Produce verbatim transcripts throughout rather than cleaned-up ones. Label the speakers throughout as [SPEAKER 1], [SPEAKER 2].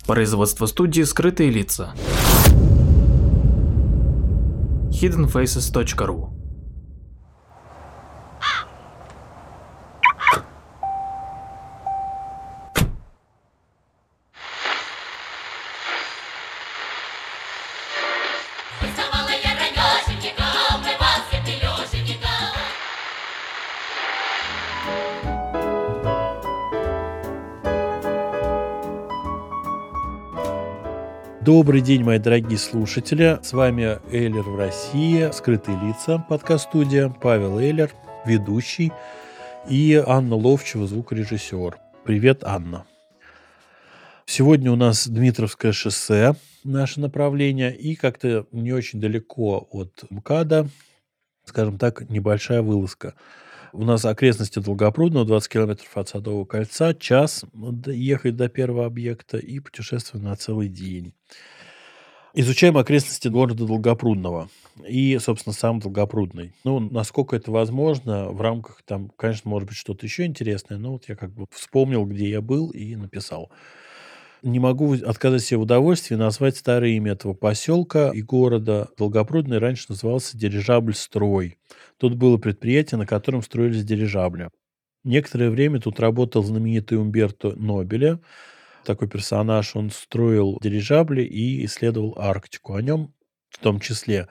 [SPEAKER 1] Производство студии «Скрытые лица». хиден фейсес точка ру.
[SPEAKER 2] Добрый день, мои дорогие слушатели. С вами Эйлер в России, «Скрытые лица», подкаст-студия, Павел Эйлер, ведущий, и Анна Ловчева, звукорежиссер. Привет, Анна. Сегодня у нас Дмитровское шоссе, наше направление, и как-то не очень далеко от МКАДа, скажем так, небольшая вылазка. У нас окрестности Долгопрудного, двадцать километров от Садового кольца, час ехать до первого объекта и путешествие на целый день. Изучаем окрестности города Долгопрудного и, собственно, сам Долгопрудный. Ну, насколько это возможно, в рамках там, конечно, может быть что-то еще интересное, но вот я как бы вспомнил, где я был, и написал. Не могу отказать себе в удовольствии назвать старое имя этого поселка и города. Долгопрудный раньше назывался Дирижабль-строй. Тут было предприятие, на котором строились дирижабли. Некоторое время тут работал знаменитый Умберто Нобеле. Такой персонаж, он строил дирижабли и исследовал Арктику. О нем в том числе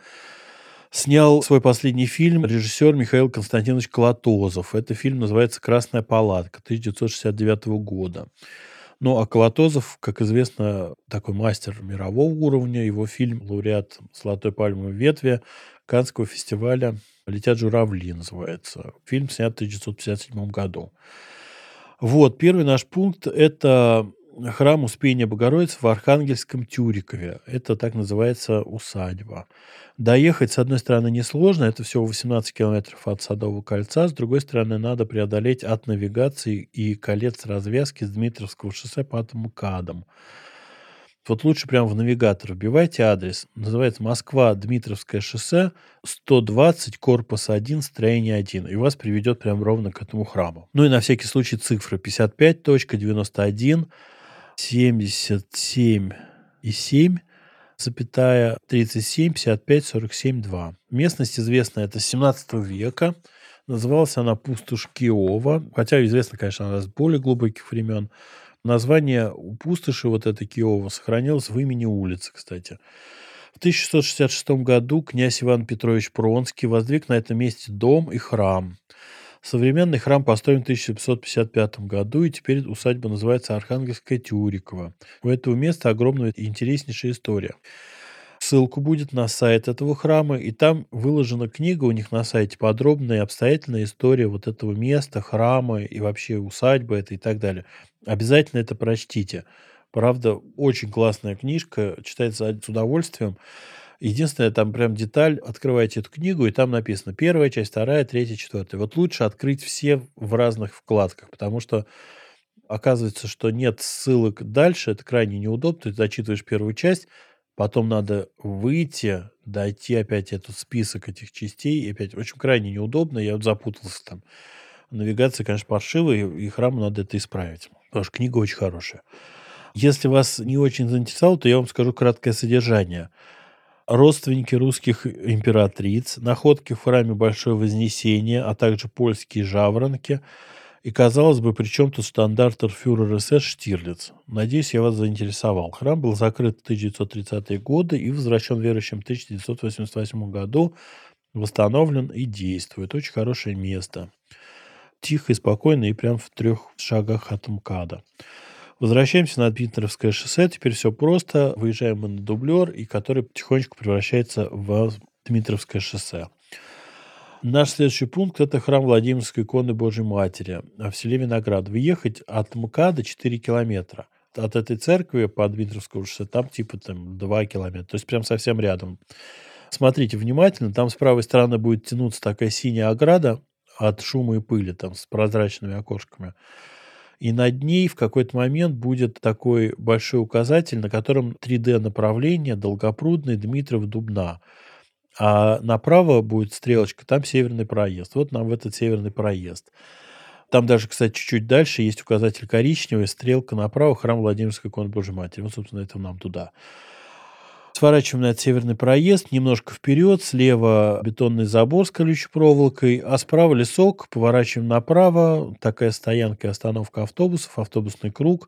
[SPEAKER 2] снял свой последний фильм режиссер Михаил Константинович Колотозов. Этот фильм называется «Красная палатка» тысяча девятьсот шестьдесят девятого года. Ну, а Колотозов, как известно, такой мастер мирового уровня. Его фильм лауреат «Золотой пальмовой ветви» Каннского фестиваля «Летят журавли» называется. Фильм снят в тысяча девятьсот пятьдесят седьмом году. Вот, первый наш пункт – это храм Успения Богородицы в Архангельском Тюрикове. Это так называется усадьба. Доехать, с одной стороны, несложно. Это всего восемнадцать километров от Садового кольца. С другой стороны, надо преодолеть от навигации и колец развязки с Дмитровского шоссе под МКАДом. Вот лучше прямо в навигатор вбивайте адрес. Называется Москва, Дмитровское шоссе, сто двадцать, корпус один, строение один. И вас приведет прям ровно к этому храму. Ну и на всякий случай цифры пятьдесят пять точка девяносто один семьдесят семь и семь, запятая тридцать семь пятьдесят пять сорок семь два. Местность известна, это с семнадцатого века. Называлась она Пустошь Киова, хотя известно, конечно, она с более глубоких времен. Название у пустоши вот этой Киова сохранилось в имени улицы, кстати. В тысяча шестьсот шестьдесят шестом году князь Иван Петрович Пронский воздвиг на этом месте дом и храм. Современный храм построен в тысяча семьсот пятьдесят пятом году, и теперь усадьба называется Архангельское Тюриково. У этого места огромная и интереснейшая история. Ссылку будет на сайт этого храма, и там выложена книга у них на сайте, подробная и обстоятельная история вот этого места, храма и вообще усадьбы это и так далее. Обязательно это прочтите. Правда, очень классная книжка, читается с удовольствием. Единственная там прям деталь, открывайте эту книгу, и там написано первая часть, вторая, третья, четвертая. Вот лучше открыть все в разных вкладках, потому что оказывается, что нет ссылок дальше, это крайне неудобно. Ты зачитываешь первую часть, потом надо выйти, дойти опять этот список этих частей, и опять очень крайне неудобно. Я вот запутался там. Навигация, конечно, паршивая, и храму надо это исправить, потому что книга очень хорошая. Если вас не очень заинтересовало, то я вам скажу краткое содержание. Родственники русских императриц, находки в храме Большое Вознесение, а также польские жаворонки. И, казалось бы, при чем тут штандартенфюрер СС Штирлиц? Надеюсь, я вас заинтересовал. Храм был закрыт в тысяча девятьсот тридцатые годы и возвращен верующим в тысяча девятьсот восемьдесят восьмом году, восстановлен и действует. Очень хорошее место. Тихо и спокойно, и прям в трех шагах от МКАДа. Возвращаемся на Дмитровское шоссе. Теперь все просто. Выезжаем мы на дублер, и который потихонечку превращается в Дмитровское шоссе. Наш следующий пункт – это храм Владимирской иконы Божьей Матери в селе Виноградово. Ехать от МКАДа четыре километра. От этой церкви по Дмитровскому шоссе там типа там два километра. То есть прям совсем рядом. Смотрите внимательно. Там с правой стороны будет тянуться такая синяя ограда от шума и пыли, там с прозрачными окошками. И над ней в какой-то момент будет такой большой указатель, на котором три дэ направление Долгопрудный, Дмитров, Дубна. А направо будет стрелочка, там северный проезд. Вот нам в этот северный проезд. Там даже, кстати, чуть-чуть дальше есть указатель коричневый, стрелка направо, храм Владимирской иконы Божией Матери. Вот, собственно, это нам туда. Сворачиваем на этот северный проезд, немножко вперед, слева бетонный забор с колючей проволокой, а справа лесок, поворачиваем направо, такая стоянка и остановка автобусов, автобусный круг.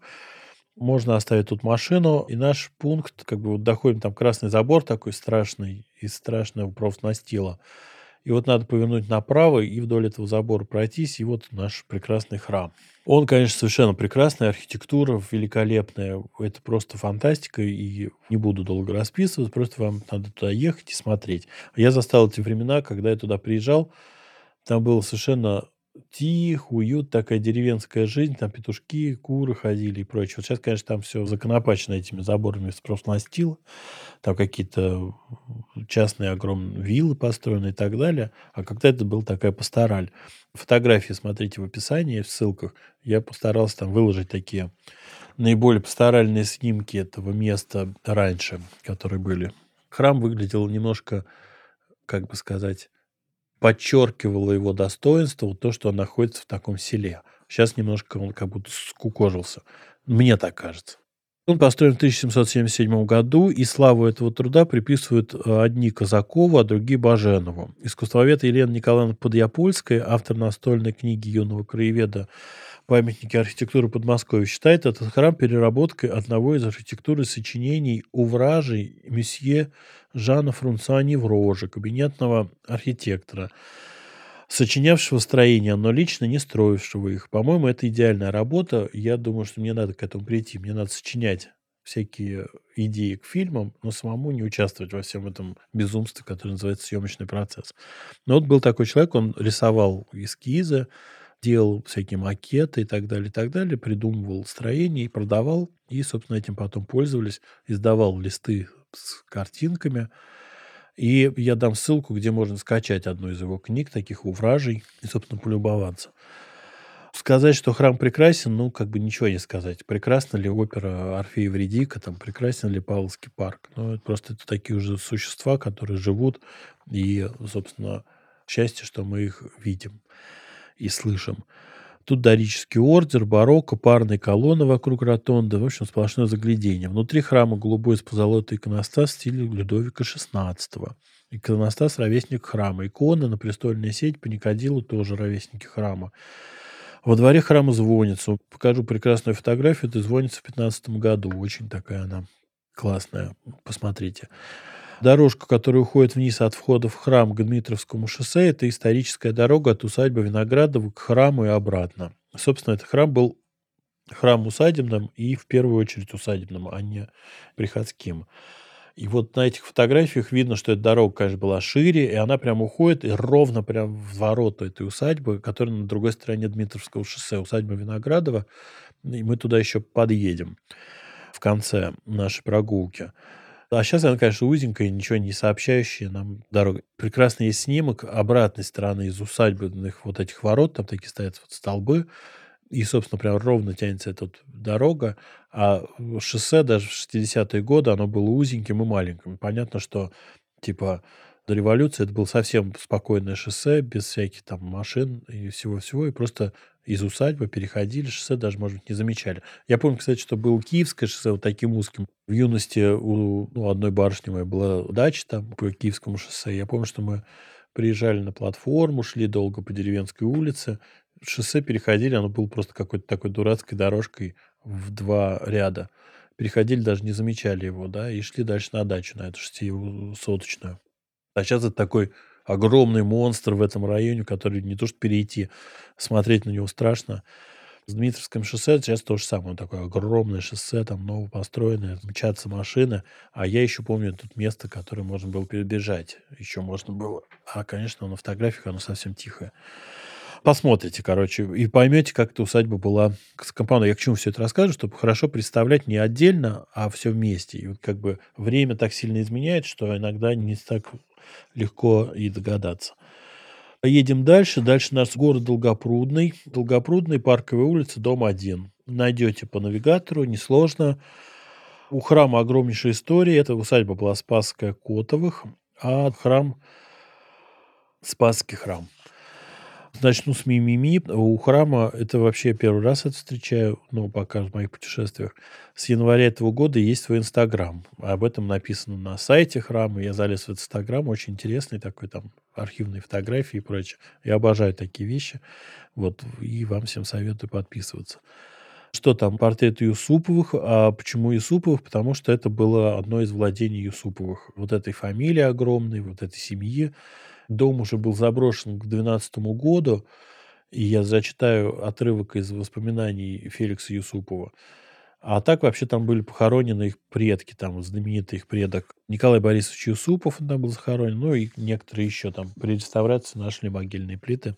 [SPEAKER 2] Можно оставить тут машину, и наш пункт, как бы вот доходим, там красный забор такой страшный, из страшного профнастила. И вот надо повернуть направо и вдоль этого забора пройтись, и вот наш прекрасный храм. Он, конечно, совершенно прекрасный, архитектура великолепная, это просто фантастика, и не буду долго расписывать, просто вам надо туда ехать и смотреть. Я застал эти времена, когда я туда приезжал, там было совершенно тихо, уют, такая деревенская жизнь, там петушки, куры ходили и прочее. Вот сейчас, конечно, там все законопачено этими заборами из профнастила, там какие-то частные огромные виллы построены и так далее, а когда это была такая пастораль. Фотографии смотрите в описании, в ссылках. Я постарался там выложить такие наиболее пасторальные снимки этого места раньше, которые были. Храм выглядел немножко, как бы сказать, подчеркивало его достоинство, вот то, что он находится в таком селе. Сейчас немножко он как будто скукожился. Мне так кажется. Он построен в тысяча семьсот семьдесят седьмом году, и славу этого труда приписывают э, одни Казакову, а другие Баженову. Искусствовед Елена Николаевна Подъяпольская, автор настольной книги юного краеведа «Памятники архитектуры Подмосковья», считает этот храм переработкой одного из архитектуры сочинений увражей месье Жана Франсуа Неврожа, кабинетного архитектора, сочинявшего строения, но лично не строившего их. По-моему, это идеальная работа. Я думаю, что мне надо к этому прийти. Мне надо сочинять всякие идеи к фильмам, но самому не участвовать во всем этом безумстве, которое называется съемочный процесс. Но вот был такой человек, он рисовал эскизы, делал всякие макеты и так далее, и так далее, придумывал строения и продавал, и, собственно, этим потом пользовались, издавал листы с картинками. И я дам ссылку, где можно скачать одну из его книг, таких увражей, и, собственно, полюбоваться. Сказать, что храм прекрасен, ну, как бы ничего не сказать. Прекрасна ли опера Орфея и Эвридика, там, прекрасен ли Павловский парк. Ну, это просто это такие уже существа, которые живут, и, собственно, счастье, что мы их видим и слышим. Тут дорический ордер, барокко, парные колонны вокруг ротонды. В общем, сплошное заглядение. Внутри храма голубой с позолотой иконостас в стиле Людовика шестнадцатого. Иконостас — ровесник храма. Иконы, напрестольная сеть, паникадилы — тоже ровесники храма. Во дворе храма звонница. Покажу прекрасную фотографию. Это звонница в пятнадцатом году. Очень такая она классная. Посмотрите. Дорожка, которая уходит вниз от входа в храм к Дмитровскому шоссе, это историческая дорога от усадьбы Виноградова к храму и обратно. Собственно, этот храм был храм усадебным и в первую очередь усадебным, а не приходским. И вот на этих фотографиях видно, что эта дорога, конечно, была шире, и она прям уходит и ровно прям в ворота этой усадьбы, которая на другой стороне Дмитровского шоссе, усадьба Виноградова. И мы туда еще подъедем в конце нашей прогулки. А сейчас она, конечно, узенькая, ничего не сообщающая нам дорога. Прекрасно есть снимок обратной стороны из усадебных вот этих ворот. Там такие стоят вот столбы. И, собственно, прям ровно тянется эта вот дорога. А шоссе даже в шестидесятые годы, оно было узеньким и маленьким. Понятно, что, типа, до революции это было совсем спокойное шоссе, без всяких там машин и всего-всего. И просто из усадьбы переходили, шоссе даже, может быть, не замечали. Я помню, кстати, что было Киевское шоссе вот таким узким. В юности у ну, одной барышни моей была дача там по Киевскому шоссе. Я помню, что мы приезжали на платформу, шли долго по деревенской улице. Шоссе переходили, оно было просто какой-то такой дурацкой дорожкой в два ряда. Переходили, даже не замечали его, да, и шли дальше на дачу, на эту шестисоточную. А сейчас это такой огромный монстр в этом районе, который не то что перейти, смотреть на него страшно. С Дмитровским шоссе сейчас то же самое. Такое огромное шоссе, там новопостроенное, мчатся машины. А я еще помню тут место, которое можно было перебежать. Еще можно было. А, конечно, на фотографиях оно совсем тихое. Посмотрите, короче, и поймете, как эта усадьба была скомпонована. Я к чему все это рассказываю, чтобы хорошо представлять не отдельно, а все вместе. И вот как бы время так сильно изменяет, что иногда не так легко и догадаться. Едем дальше. Дальше наш город Долгопрудный. Долгопрудный, Парковая улица, дом один. Найдете по навигатору, несложно. У храма огромнейшая история. Эта усадьба была Спасская Котовых, а храм Спасский храм. Начну с мимими. У храма это вообще я первый раз это встречаю, ну, пока в моих путешествиях. С января этого года есть свой "Инстаграм". Об этом написано на сайте храма. Я залез в этот "Инстаграм", очень интересный такой, там архивные фотографии и прочее. Я обожаю такие вещи. Вот, и вам всем советую подписываться. Что там? Портрет Юсуповых. А почему Юсуповых? Потому что это было одно из владений Юсуповых. Вот этой фамилии огромной, вот этой семьи. Дом уже был заброшен к двенадцатому году, и я зачитаю отрывок из воспоминаний Феликса Юсупова. А так вообще там были похоронены их предки, там вот знаменитый их предок Николай Борисович Юсупов, он там был захоронен, ну и некоторые еще там при реставрации нашли могильные плиты,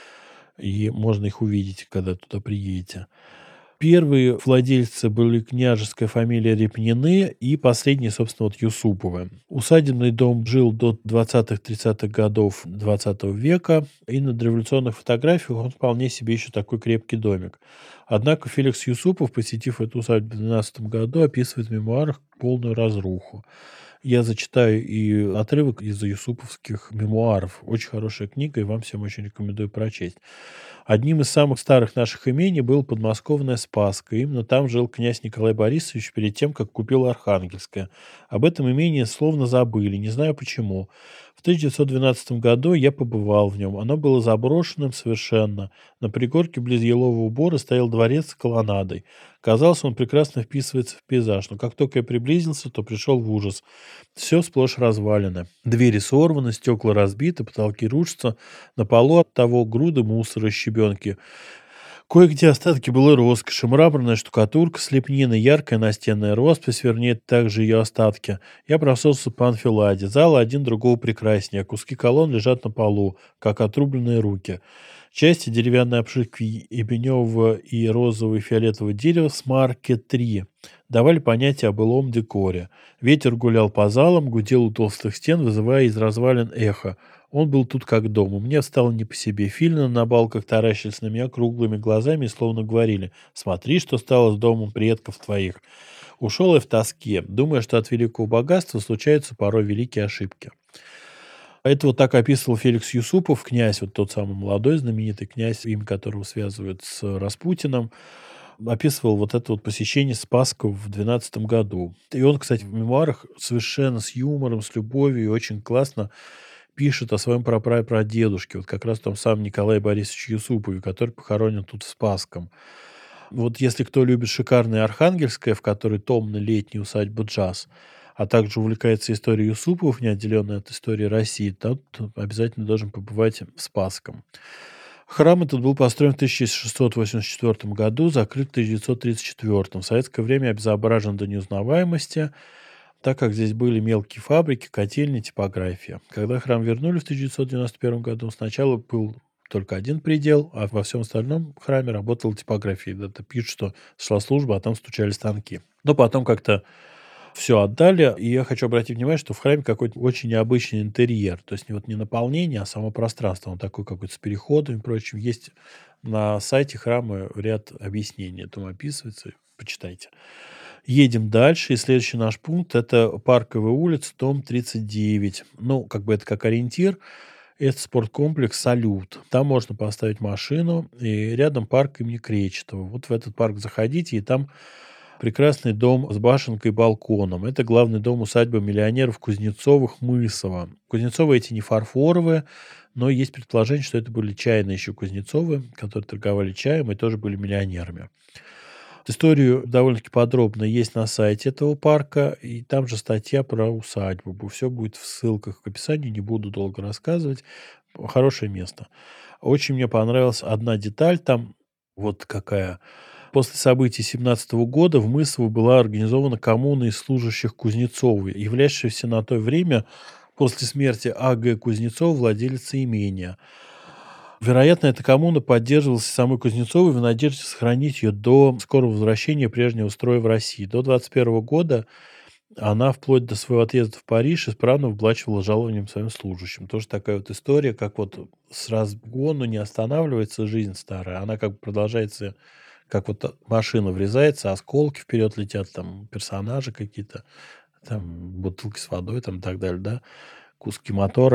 [SPEAKER 2] и можно их увидеть, когда туда приедете. Первые владельцы были княжеская фамилия Репнины и последние, собственно, вот Юсуповы. Усадебный дом жил до двадцатых-тридцатых годов двадцатого века, и на дореволюционных фотографиях он вполне себе еще такой крепкий домик. Однако Феликс Юсупов, посетив эту усадьбу в двенадцатом году, описывает в мемуарах полную разруху. Я зачитаю и отрывок из юсуповских мемуаров. Очень хорошая книга, и вам всем очень рекомендую прочесть. Одним из самых старых наших имений был подмосковная Спасска. Именно там жил князь Николай Борисович перед тем, как купил Архангельское. Об этом имении словно забыли, не знаю почему. В тысяча девятьсот двенадцатом году я побывал в нем. Оно было заброшенным совершенно. На пригорке близ Елового Бора стоял дворец с колоннадой. Казалось, он прекрасно вписывается в пейзаж, но как только я приблизился, то пришел в ужас. Все сплошь развалины. Двери сорваны, стекла разбиты, потолки рушатся. На полу от того груды мусора и щебенки. Кое-где остатки былой роскоши, мраморная штукатурка с лепниной, яркая настенная роспись, вернее, также ее остатки. Я прошелся по анфиладе. Залы один другого прекраснее, а куски колонн лежат на полу, как отрубленные руки. Части деревянной обшивки ебеневого и розового и фиолетового дерева с марки три давали понятие о былом декоре. Ветер гулял по залам, гудел у толстых стен, вызывая из развалин эхо. Он был тут как дома. Мне стало не по себе. Филины на балках таращились на меня круглыми глазами и словно говорили: «Смотри, что стало с домом предков твоих». Ушел я в тоске, думая, что от великого богатства случаются порой великие ошибки. Это вот так описывал Феликс Юсупов, князь, вот тот самый молодой знаменитый князь, имя которого связывают с Распутиным, описывал вот это вот посещение Спасска в двенадцатом году. И он, кстати, в мемуарах совершенно с юмором, с любовью и очень классно пишет о своем прапрадедушке, вот как раз том самом Николае Борисовиче Юсупове, который похоронен тут в Спасском. Вот если кто любит шикарное Архангельское, в которой томно-летняя усадьба Джаз, а также увлекается историей Юсуповых, не отделенной от истории России, тот обязательно должен побывать в Спасском. Храм этот был построен в тысяча шестьсот восемьдесят четвёртом году, закрыт в тысяча девятьсот тридцать четвёртом. В советское время обезображен до неузнаваемости, так как здесь были мелкие фабрики, котельни, типография. Когда храм вернули в тысяча девятьсот девяносто первом году, сначала был только один предел, а во всем остальном храме работала типография. Это пишут, что шла служба, а там стучали станки. Но потом как-то все отдали, и я хочу обратить внимание, что в храме какой-то очень необычный интерьер. То есть не вот не наполнение, а само пространство. Он такой какой-то с переходами и прочим. Есть на сайте храма ряд объяснений. Этому описывается. Почитайте. Едем дальше, и следующий наш пункт — это Парковая улица, дом тридцать девять. Ну, как бы это как ориентир. Это спорткомплекс «Салют». Там можно поставить машину, и рядом парк имени Кречетова. Вот в этот парк заходите, и там прекрасный дом с башенкой и балконом. Это главный дом усадьбы миллионеров Кузнецовых-Мысова. Кузнецовы эти не фарфоровые, но есть предположение, что это были чайные еще Кузнецовы, которые торговали чаем и тоже были миллионерами. Историю довольно-таки подробно есть на сайте этого парка, и там же статья про усадьбу. Все будет в ссылках к описанию, не буду долго рассказывать. Хорошее место. Очень мне понравилась одна деталь там, вот какая. После событий семнадцатого года в Мысово была организована коммуна из служащих Кузнецова, являющаяся на то время после смерти А Г Кузнецова владелицей имения. Вероятно, эта коммуна поддерживалась самой Кузнецовой в надежде сохранить ее до скорого возвращения прежнего строя в России. До двадцать первого года она вплоть до своего отъезда в Париж исправно выплачивала жалованием своим служащим. Тоже такая вот история, как вот с разгону не останавливается жизнь старая, она как бы продолжается, как вот машина врезается, осколки вперед летят, там персонажи какие-то, там бутылки с водой, там и так далее, да, куски мотора.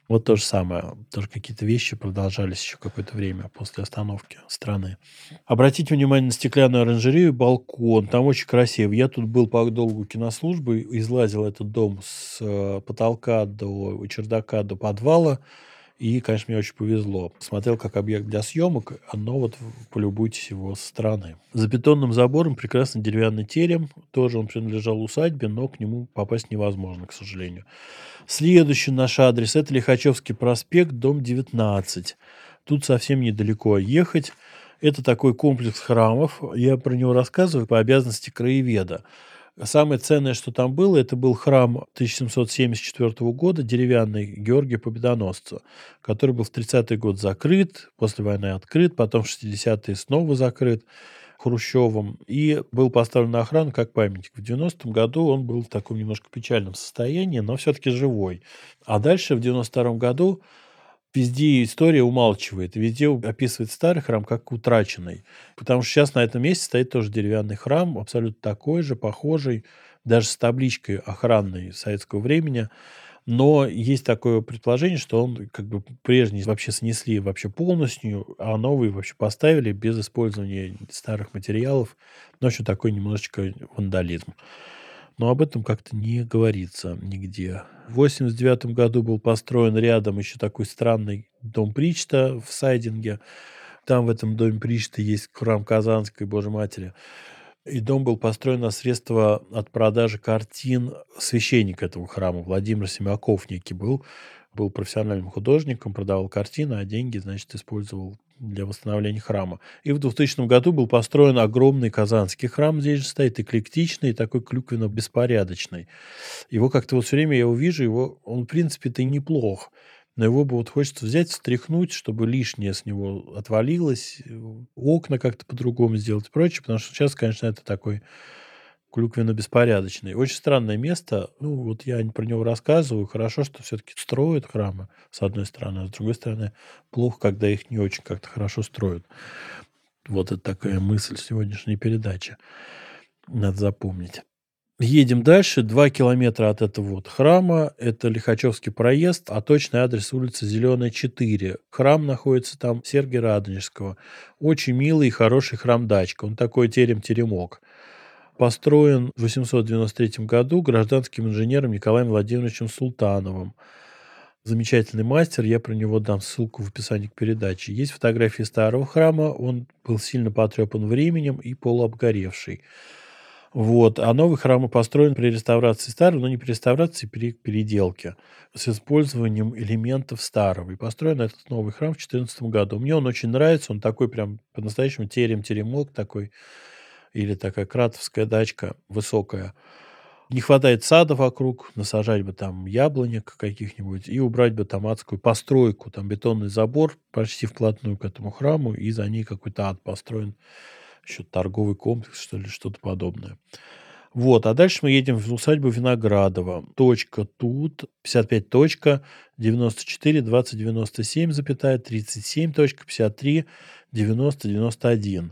[SPEAKER 2] Вот то же самое. Тоже какие-то вещи продолжались еще какое-то время после остановки страны. Обратите внимание на стеклянную оранжерею и балкон. Там очень красиво. Я тут был по долгу кинослужбы, излазил этот дом с э, потолка до чердака до подвала. И, конечно, мне очень повезло. Смотрел как объект для съемок, но вот в- полюбуйтесь его со стороны. За бетонным забором прекрасный деревянный терем. Тоже он принадлежал усадьбе, но к нему попасть невозможно, к сожалению. Следующий наш адрес — это Лихачевский проспект, дом девятнадцать. Тут совсем недалеко ехать. Это такой комплекс храмов. Я про него рассказываю по обязанности краеведа. Самое ценное, что там было, это был храм тысяча семьсот семьдесят четвёртого года, деревянный, Георгия Победоносца, который был в тридцатый год закрыт, после войны открыт, потом в шестидесятые снова закрыт Хрущевым и был поставлен на охрану как памятник. В девяностом году он был в таком немножко печальном состоянии, но все-таки живой. А дальше в девяносто втором году везде история умалчивает, и везде у- описывает старый храм как утраченный. Потому что сейчас на этом месте стоит тоже деревянный храм, абсолютно такой же, похожий, даже с табличкой охранной советского времени. Но есть такое предположение, что он как бы прежний вообще снесли вообще полностью, а новый вообще поставили без использования старых материалов. Ну, в общем, такой немножечко вандализм. Но об этом как-то не говорится нигде. В восемьдесят девятом году был построен рядом еще такой странный дом Причта в Сайдинге. Там в этом доме Причта есть храм Казанской Божьей Матери. И дом был построен на средства от продажи картин священника этого храма. Владимир Семаков некий был. Был профессиональным художником, продавал картины, а деньги, значит, использовал для восстановления храма. И в двухтысячном году был построен огромный Казанский храм, здесь же стоит, эклектичный, такой клюквенно-беспорядочный. Его как-то вот все время я увижу, его, он, в принципе-то, и неплох. Но его бы вот хочется взять, встряхнуть, чтобы лишнее с него отвалилось, э, окна как-то по-другому сделать и прочее, потому что сейчас, конечно, это такой клюквенно-беспорядочный. Очень странное место. Ну, вот я н- про него рассказываю. Хорошо, что все-таки строят храмы, с одной стороны, а с другой стороны, плохо, когда их не очень как-то хорошо строят. Вот это такая мысль сегодняшней передачи. Надо запомнить. Едем дальше. Два километра от этого вот храма. Это Лихачевский проезд, а точный адрес — улица Зеленая, четыре. Храм находится там Сергия Радонежского. Очень милый и хороший храм-дачка. Он такой терем-теремок. Построен в восемьсот девяносто третьем году гражданским инженером Николаем Владимировичем Султановым. Замечательный мастер, я про него дам ссылку в описании к передаче. Есть фотографии старого храма, он был сильно потрепан временем и полуобгоревший. Вот. А новый храм построен при реставрации старого, но не при реставрации, при переделке, с использованием элементов старого. И построен этот новый храм в две тысячи четырнадцатом году. Мне он очень нравится, он такой прям по-настоящему терем-теремок такой, или такая кратовская дачка высокая. Не хватает сада вокруг, насажать бы там яблонек каких-нибудь и убрать бы там адскую постройку. Там бетонный забор почти вплотную к этому храму, и за ней какой-то ад построен. Еще торговый комплекс, что ли, что-то подобное. Вот, а дальше мы едем в усадьбу Виноградова. Точка тут пятьдесят пять точка девяносто четыре двадцать девяносто семь запятая тридцать семь точка пятьдесят три девяносто девяносто один.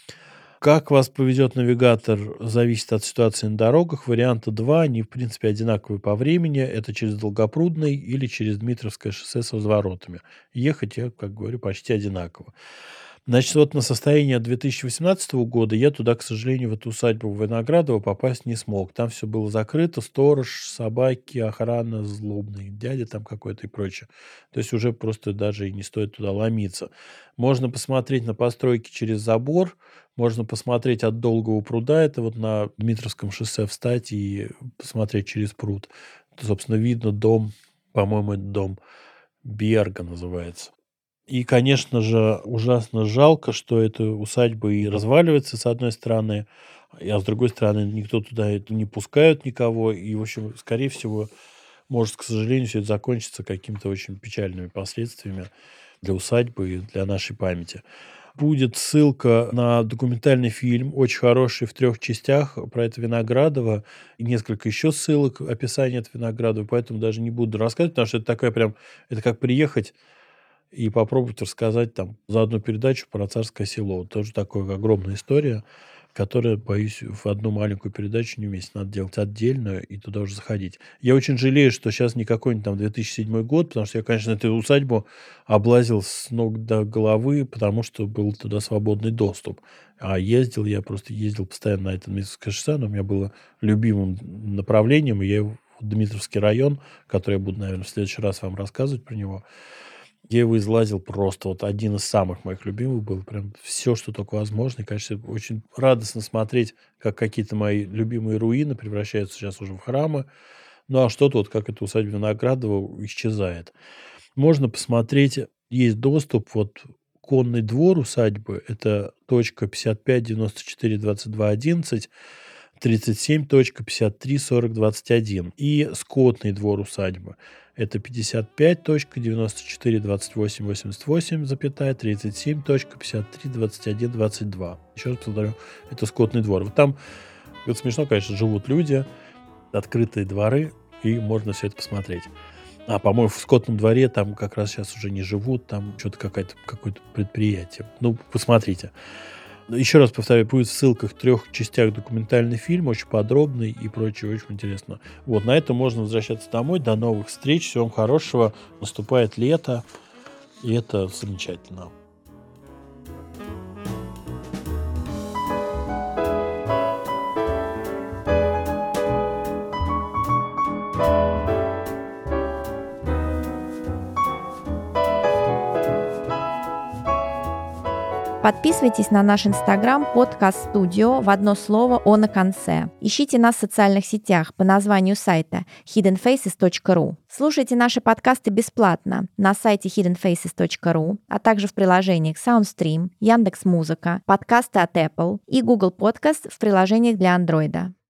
[SPEAKER 2] Как вас поведет навигатор, зависит от ситуации на дорогах. Варианта два, они, в принципе, одинаковые по времени. Это через Долгопрудный или через Дмитровское шоссе с разворотами. Ехать я, как говорю, почти одинаково. Значит, вот на состояние две тысячи восемнадцатого года я туда, к сожалению, в эту усадьбу Виноградова попасть не смог. Там все было закрыто, сторож, собаки, охрана, злобный дядя там какой-то и прочее. То есть уже просто даже и не стоит туда ломиться. Можно посмотреть на постройки через забор, можно посмотреть от Долгого пруда, это вот на Дмитровском шоссе встать и посмотреть через пруд. Собственно, видно дом, по-моему, это дом Берга называется. И, конечно же, ужасно жалко, что эта усадьба и разваливается, с одной стороны, и, а с другой стороны, никто туда это не пускают никого. И, в общем, скорее всего, может, к сожалению, все это закончится какими-то очень печальными последствиями для усадьбы и для нашей памяти. Будет ссылка на документальный фильм, очень хороший, в трех частях, про это Виноградова, и несколько еще ссылок, описание от Виноградова, поэтому даже не буду рассказывать, потому что это такая прям, это как приехать и попробовать рассказать там за одну передачу про Царское Село. Вот тоже такая огромная история. которая, боюсь, в одну маленькую передачу не вместе. Надо делать отдельную и туда уже заходить. Я очень жалею, что сейчас не какой-нибудь там две тысячи седьмой год, потому что я, конечно, эту усадьбу облазил с ног до головы, потому что был туда свободный доступ. А ездил я, просто ездил постоянно на это Дмитровское шоссе, оно у меня было любимым направлением, и я его в Дмитровский район, который я буду, наверное, в следующий раз вам рассказывать про него, я его излазил просто. Вот один из самых моих любимых был. Прям все, что только возможно. И, конечно, очень радостно смотреть, как какие-то мои любимые руины превращаются сейчас уже в храмы. Ну, а что-то вот, как эта усадьба Виноградова, исчезает. Можно посмотреть, есть доступ, вот конный двор усадьбы, это точка пятьдесят пять девяносто четыре двадцать два одиннадцать, тридцать семь точка пятьдесят три сорок двадцать один. И скотный двор усадьбы. Это пятьдесят пять точка девяносто четыре двадцать восемь восемьдесят восемь, тридцать семь точка пятьдесят три двадцать один двадцать два. Еще раз повторю, это скотный двор. Вот там, вот смешно, конечно, живут люди, открытые дворы, и можно все это посмотреть. А, по-моему, в скотном дворе там как раз сейчас уже не живут, там что-то какое-то, какое-то предприятие. Ну, посмотрите. Еще раз повторяю, будет в ссылках в трех частях документальный фильм, очень подробный и прочее, очень интересно. Вот, на этом можно возвращаться домой. До новых встреч, всего вам хорошего. Наступает лето, и это замечательно.
[SPEAKER 3] Подписывайтесь на наш инстаграм подкаст студио в одно слово «О» на конце. Ищите нас в социальных сетях по названию сайта хиден фейсес точка ру. Слушайте наши подкасты бесплатно на сайте хиден фейсес точка ру, а также в приложениях SoundStream, Яндекс.Музыка, подкасты от Apple и Google Podcast в приложениях для Android.